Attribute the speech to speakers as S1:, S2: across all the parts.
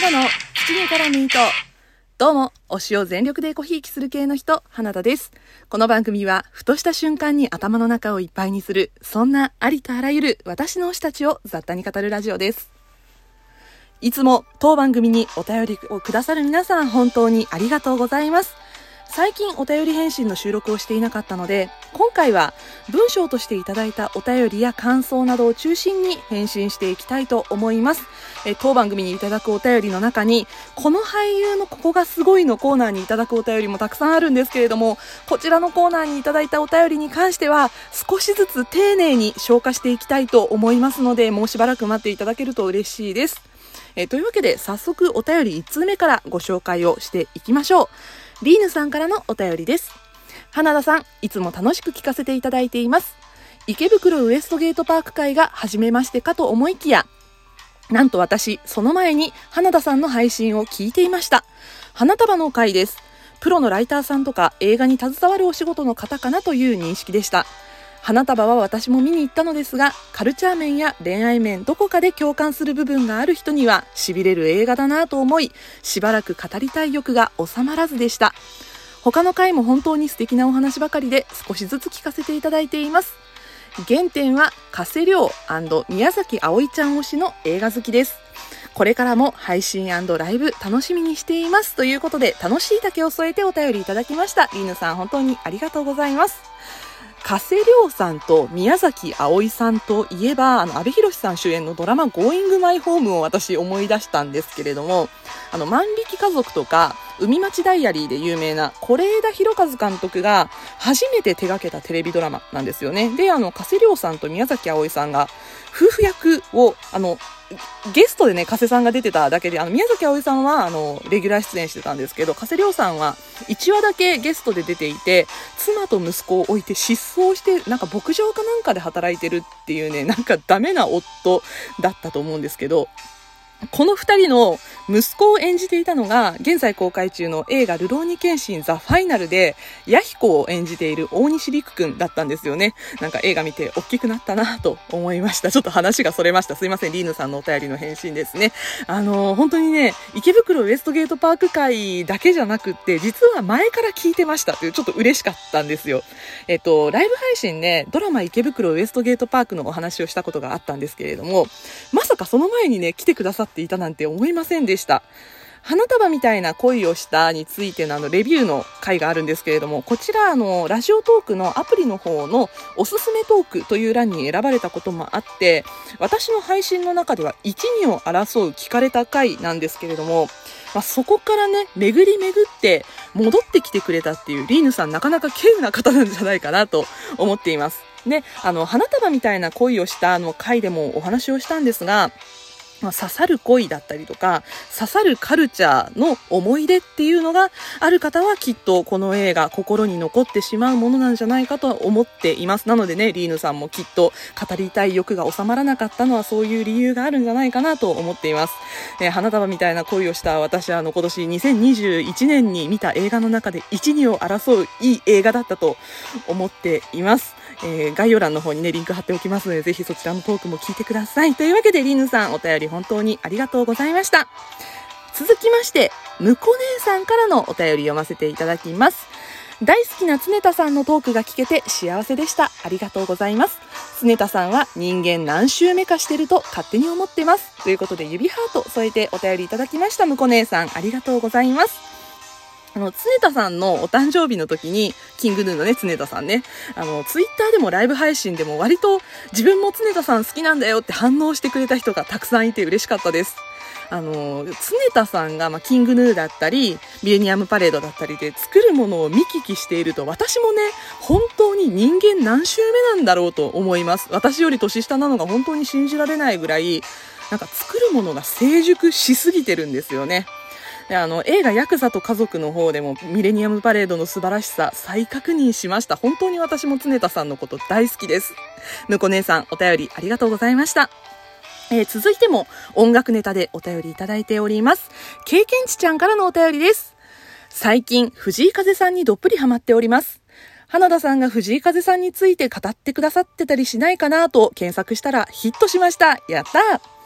S1: 花田の土に絡む糸。どうも、推しを全力でエコひいきする系の人、花田です。この番組は、ふとした瞬間に頭の中をいっぱいにする、そんなありとあらゆる私の推したちを雑多に語るラジオです。いつも当番組にお便りをくださる皆さん、本当にありがとうございます。最近お便り返信の収録をしていなかったので、今回は文章としていただいたお便りや感想などを中心に返信していきたいと思います。当番組にいただくお便りの中に、この俳優のここがすごいのコーナーにいただくお便りもたくさんあるんですけれども、こちらのコーナーにいただいたお便りに関しては少しずつ丁寧に消化していきたいと思いますので、もうしばらく待っていただけると嬉しいです。というわけで早速お便り1通目からご紹介をしていきましょう。リーヌさんからのお便りです。花田さん、いつも楽しく聞かせていただいています。池袋ウエストゲートパーク会が初めましてかと思いきや、なんと私、その前に花田さんの配信を聞いていました。花束の会です。プロのライターさんとか映画に携わるお仕事の方かなという認識でした。花束は私も見に行ったのですが、カルチャー面や恋愛面どこかで共感する部分がある人には痺れる映画だなと思い、しばらく語りたい欲が収まらずでした。他の回も本当に素敵なお話ばかりで少しずつ聞かせていただいています。原点は加瀬亮&宮崎あおいちゃん推しの映画好きです。これからも配信&ライブ楽しみにしていますということで、楽しい竹を添えてお便りいただきました。リーヌさん、本当にありがとうございます。加瀬亮さんと宮崎あおいさんといえば、阿部寛さん主演のドラマ Going My Home を私思い出したんですけれども、万引き家族とか海町ダイアリーで有名な是枝裕和監督が初めて手掛けたテレビドラマなんですよね。で、加瀬亮さんと宮崎あおいさんが夫婦役をゲストでね、加瀬さんが出てただけで、宮崎あおいさんはレギュラー出演してたんですけど、加瀬亮さんは1話だけゲストで出ていて、妻と息子を置いて失踪して、なんか牧場かなんかで働いてるっていうね、なんかダメな夫だったと思うんですけど、この二人の息子を演じていたのが、現在公開中の映画ルローニケンシンザ・ファイナルでヤヒコを演じている大西陸くんだったんですよね。なんか映画見て大きくなったなと思いました。ちょっと話がそれました。すいません、リーヌさんのお便りの返信ですね。本当にね、池袋ウエストゲートパーク会だけじゃなくって、実は前から聞いてましたっていう、ちょっと嬉しかったんですよ。ライブ配信ね、ドラマ池袋ウエストゲートパークのお話をしたことがあったんですけれども、まさかその前にね、来てくださっていたなんて思いませんでした。花束みたいな恋をしたについてのレビューの回があるんですけれども、こちらラジオトークのアプリの方のおすすめトークという欄に選ばれたこともあって、私の配信の中では1、2を争う聞かれた回なんですけれども、そこからね、巡り巡って戻ってきてくれたっていうリーヌさん、なかなか稀有な方なんじゃないかなと思っています。で、花束みたいな恋をした回でもお話をしたんですが、刺さる恋だったりとか刺さるカルチャーの思い出っていうのがある方はきっとこの映画心に残ってしまうものなんじゃないかと思っています。なのでね、リーヌさんもきっと語りたい欲が収まらなかったのはそういう理由があるんじゃないかなと思っています。花束みたいな恋をした私は今年2021年に見た映画の中で1、2を争ういい映画だったと思っています。概要欄の方にね、リンク貼っておきますので、ぜひそちらのトークも聞いてください。というわけで、リーヌさん、お便り本当にありがとうございました。続きまして、むこ姉さんからのお便り読ませていただきます。大好きな常田さんのトークが聞けて幸せでした。ありがとうございます。常田さんは人間何周目かしてると勝手に思ってます。ということで、指ハート添えてお便りいただきました。むこ姉さん、ありがとうございます。常田さんのお誕生日の時に、キングヌーのね、常田さんね、ツイッターでもライブ配信でも割と自分も常田さん好きなんだよって反応してくれた人がたくさんいて嬉しかったです。常田さんが、キングヌーだったり、ミレニアムパレードだったりで作るものを見聞きしていると、私もね、本当に人間何周目なんだろうと思います。私より年下なのが本当に信じられないぐらい、なんか作るものが成熟しすぎてるんですよね。で映画ヤクザと家族の方でもミレニアムパレードの素晴らしさ再確認しました。本当に私も常田さんのこと大好きです。むこ姉さん、お便りありがとうございました。続いても音楽ネタでお便りいただいております。経験値ちゃんからのお便りです。最近藤井風さんにどっぷりハマっております。花田さんが藤井風さんについて語ってくださってたりしないかなと検索したらヒットしました。やったー。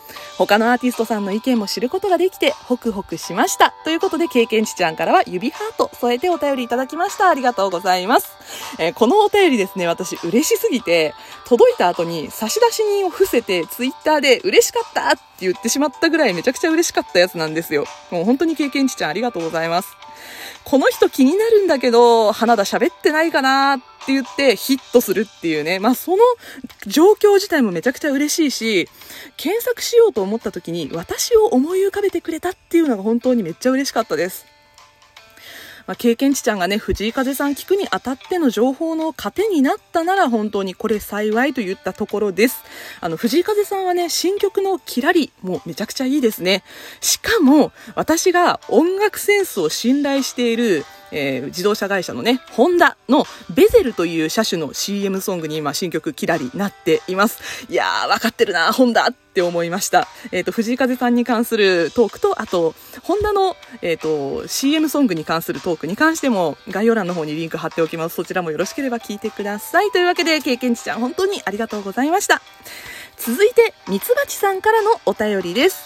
S1: 他のアーティストさんの意見も知ることができてホクホクしました。ということで、経験値ちゃんからは指ハート添えてお便りいただきました。ありがとうございます。このお便りですね、私嬉しすぎて、届いた後に差出人を伏せてツイッターで嬉しかったって言ってしまったぐらいめちゃくちゃ嬉しかったやつなんですよ。もう本当に経験値ちゃんありがとうございます。この人気になるんだけど、花田喋ってないかなって言ってヒットするっていうね。その状況自体もめちゃくちゃ嬉しいし、検索しようと思った時に私を思い浮かべてくれたっていうのが本当にめっちゃ嬉しかったです。経験値ちゃんがね、藤井風さん聞くにあたっての情報の糧になったなら本当にこれ幸いといったところです。藤井風さんはね、新曲のキラリもめちゃくちゃいいですね。しかも私が音楽センスを信頼している自動車会社のね、ホンダのベゼルという車種の CM ソングに今新曲キラリなっています。いやー、わかってるな、ホンダって思いました。藤井風さんに関するトークと、あと、ホンダの、CM ソングに関するトークに関しても概要欄の方にリンク貼っておきます。そちらもよろしければ聞いてください。というわけで、経験値ちゃん本当にありがとうございました。続いて、ミツバチさんからのお便りです。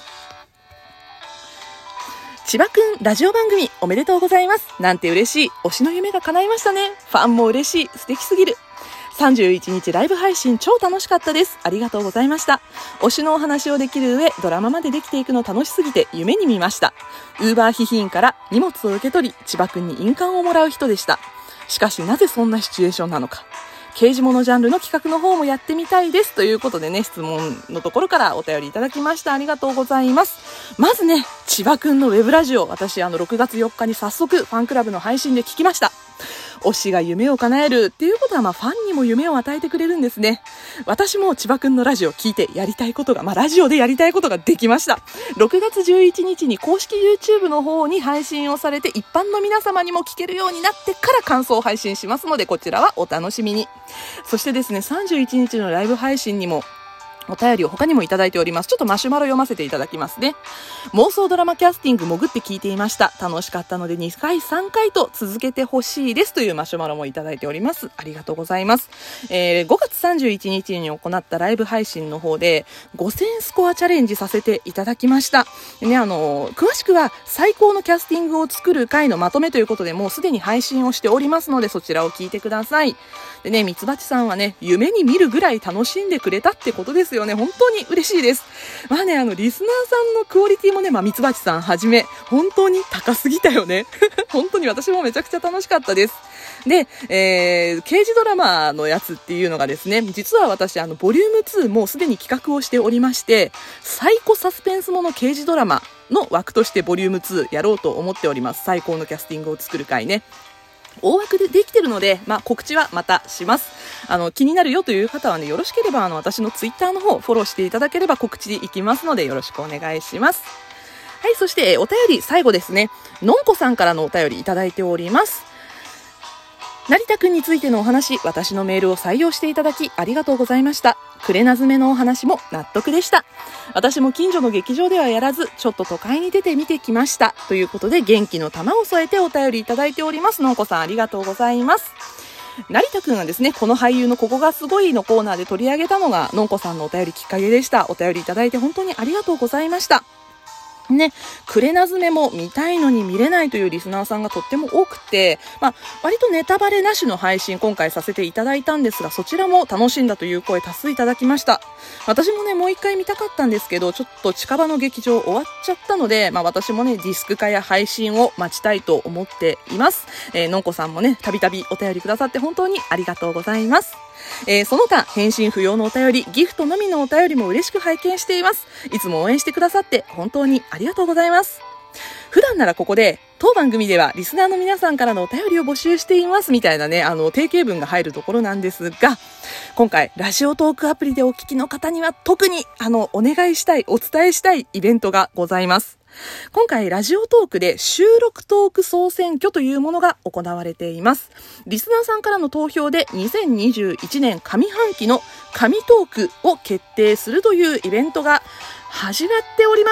S1: 千葉くん、ラジオ番組おめでとうございます。なんて嬉しい。推しの夢が叶いましたね。ファンも嬉しい。素敵すぎる。31日ライブ配信超楽しかったです。ありがとうございました。推しのお話をできる上、ドラマまでできていくの楽しすぎて夢に見ました。ウーバーヒヒンから荷物を受け取り、千葉くんに印鑑をもらう人でした。しかしなぜそんなシチュエーションなのか。刑事物ジャンルの企画の方もやってみたいですということでね、質問のところからお便りいただきました。ありがとうございます。まずね、千葉くんのウェブラジオ、私6月4日に早速ファンクラブの配信で聞きました。推しが夢を叶えるっていうことはファンにも夢を与えてくれるんですね。私も千葉くんのラジオ聞いてやりたいことが、ラジオでやりたいことができました。6月11日に公式 YouTube の方に配信をされて、一般の皆様にも聞けるようになってから感想を配信しますので、こちらはお楽しみに。そしてですね、31日のライブ配信にもお便りを他にもいただいております。ちょっとマシュマロ読ませていただきますね。妄想ドラマキャスティング潜って聞いていました。楽しかったので2回3回と続けてほしいですというマシュマロもいただいております。ありがとうございます。5月31日に行ったライブ配信の方で5000スコアチャレンジさせていただきました。でね、詳しくは最高のキャスティングを作る回のまとめということでもうすでに配信をしておりますので、そちらを聞いてください。でね、ミツバチさんはね、夢に見るぐらい楽しんでくれたってことですよね。本当に嬉しいです。リスナーさんのクオリティもね、ミツバチさんはじめ本当に高すぎたよね。本当に私もめちゃくちゃ楽しかったです。で、刑事ドラマのやつっていうのがですね、実は私ボリューム2もすでに企画をしておりまして、サイコサスペンスもの刑事ドラマの枠としてボリューム2やろうと思っております。最高のキャスティングを作る回ね。大枠でできてるので、告知はまたします。気になるよという方はね、よろしければ私のツイッターの方フォローしていただければ告知いきますのでよろしくお願いします。はい、そしてお便り最後ですね。のんこさんからのお便りいただいております。成田くんについてのお話、私のメールを採用していただきありがとうございました。クレナズメのお話も納得でした。私も近所の劇場ではやらず、ちょっと都会に出てみてきました。ということで元気の玉を添えてお便りいただいております。のんこさんありがとうございます。成田くんがですね、この俳優のここがすごいのコーナーで取り上げたのがのんこさんのお便りきっかけでした。お便りいただいて本当にありがとうございました。ね、クレナズメも見たいのに見れないというリスナーさんがとっても多くて、割とネタバレなしの配信今回させていただいたんですが、そちらも楽しんだという声多数いただきました。私もね、もう一回見たかったんですけど、ちょっと近場の劇場終わっちゃったので、私もね、ディスク化や配信を待ちたいと思っています。のんこさんもね、たびたびお便りくださって本当にありがとうございます。その他返信不要のお便り、ギフトのみのお便りも嬉しく拝見しています。いつも応援してくださって本当にありがとうございます。普段ならここで当番組ではリスナーの皆さんからのお便りを募集していますみたいなね、定型文が入るところなんですが、今回ラジオトークアプリでお聞きの方には特にお願いしたい、お伝えしたいイベントがございます。今回ラジオトークで収録トーク総選挙というものが行われています。リスナーさんからの投票で2021年上半期の神トークを決定するというイベントが始まっております。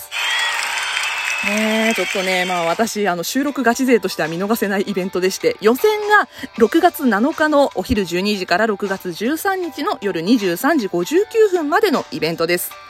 S1: ちょっとね、私収録ガチ勢としては見逃せないイベントでして、予選が6月7日のお昼12時から6月13日の夜23時59分までのイベントです。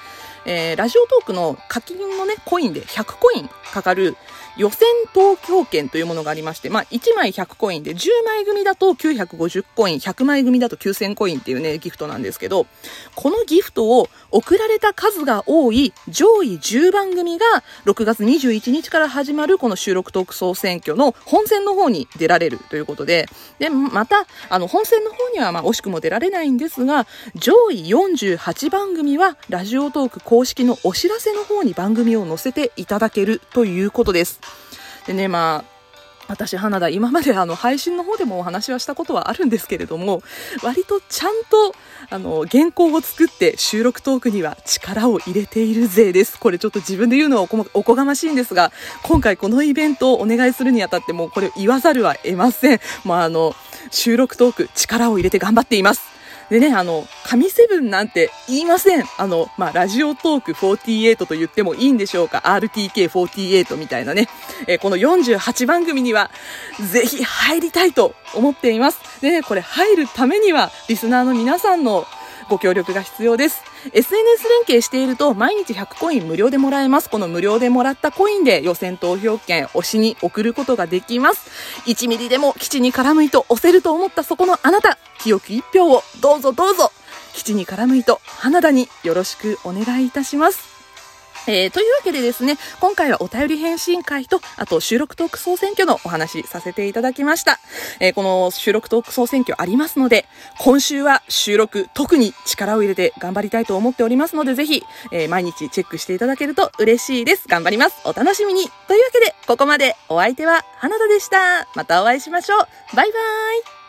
S1: ラジオトークの課金のね、コインで100コインかかる予選投票券というものがありまして、1枚100コインで、10枚組だと950コイン、100枚組だと9000コインっていうね、ギフトなんですけど、このギフトを送られた数が多い上位10番組が6月21日から始まるこの収録トーク総選挙の本選の方に出られるということで、また、本選の方には惜しくも出られないんですが、上位48番組はラジオトーク公式のお知らせの方に番組を載せていただけるということです。でね、私、花田、今まで配信の方でもお話はしたことはあるんですけれども、割とちゃんと、原稿を作って収録トークには力を入れているぜです。これちょっと自分で言うのはおこがましいんですが、今回このイベントをお願いするにあたってもうこれを言わざるは得ません。収録トーク力を入れて頑張っています。でね、神セブンなんて言いません。ラジオトーク48と言ってもいいんでしょうか。RTK48 みたいなね。この48番組には、ぜひ入りたいと思っています。でね、これ入るためには、リスナーの皆さんのご協力が必要です。SNS 連携していると毎日100コイン無料でもらえます。この無料でもらったコインで予選投票券推しに送ることができます。1ミリでも基地に絡む糸押せると思ったそこのあなた、清き一票をどうぞどうぞ、基地に絡む糸花田によろしくお願いいたします。というわけでですね、今回はお便り返信会と、あと収録トーク総選挙のお話させていただきました。この収録トーク総選挙ありますので、今週は収録特に力を入れて頑張りたいと思っておりますので、ぜひ、毎日チェックしていただけると嬉しいです。頑張ります。お楽しみに。というわけで、ここまでお相手は花田でした。またお会いしましょう。バイバーイ。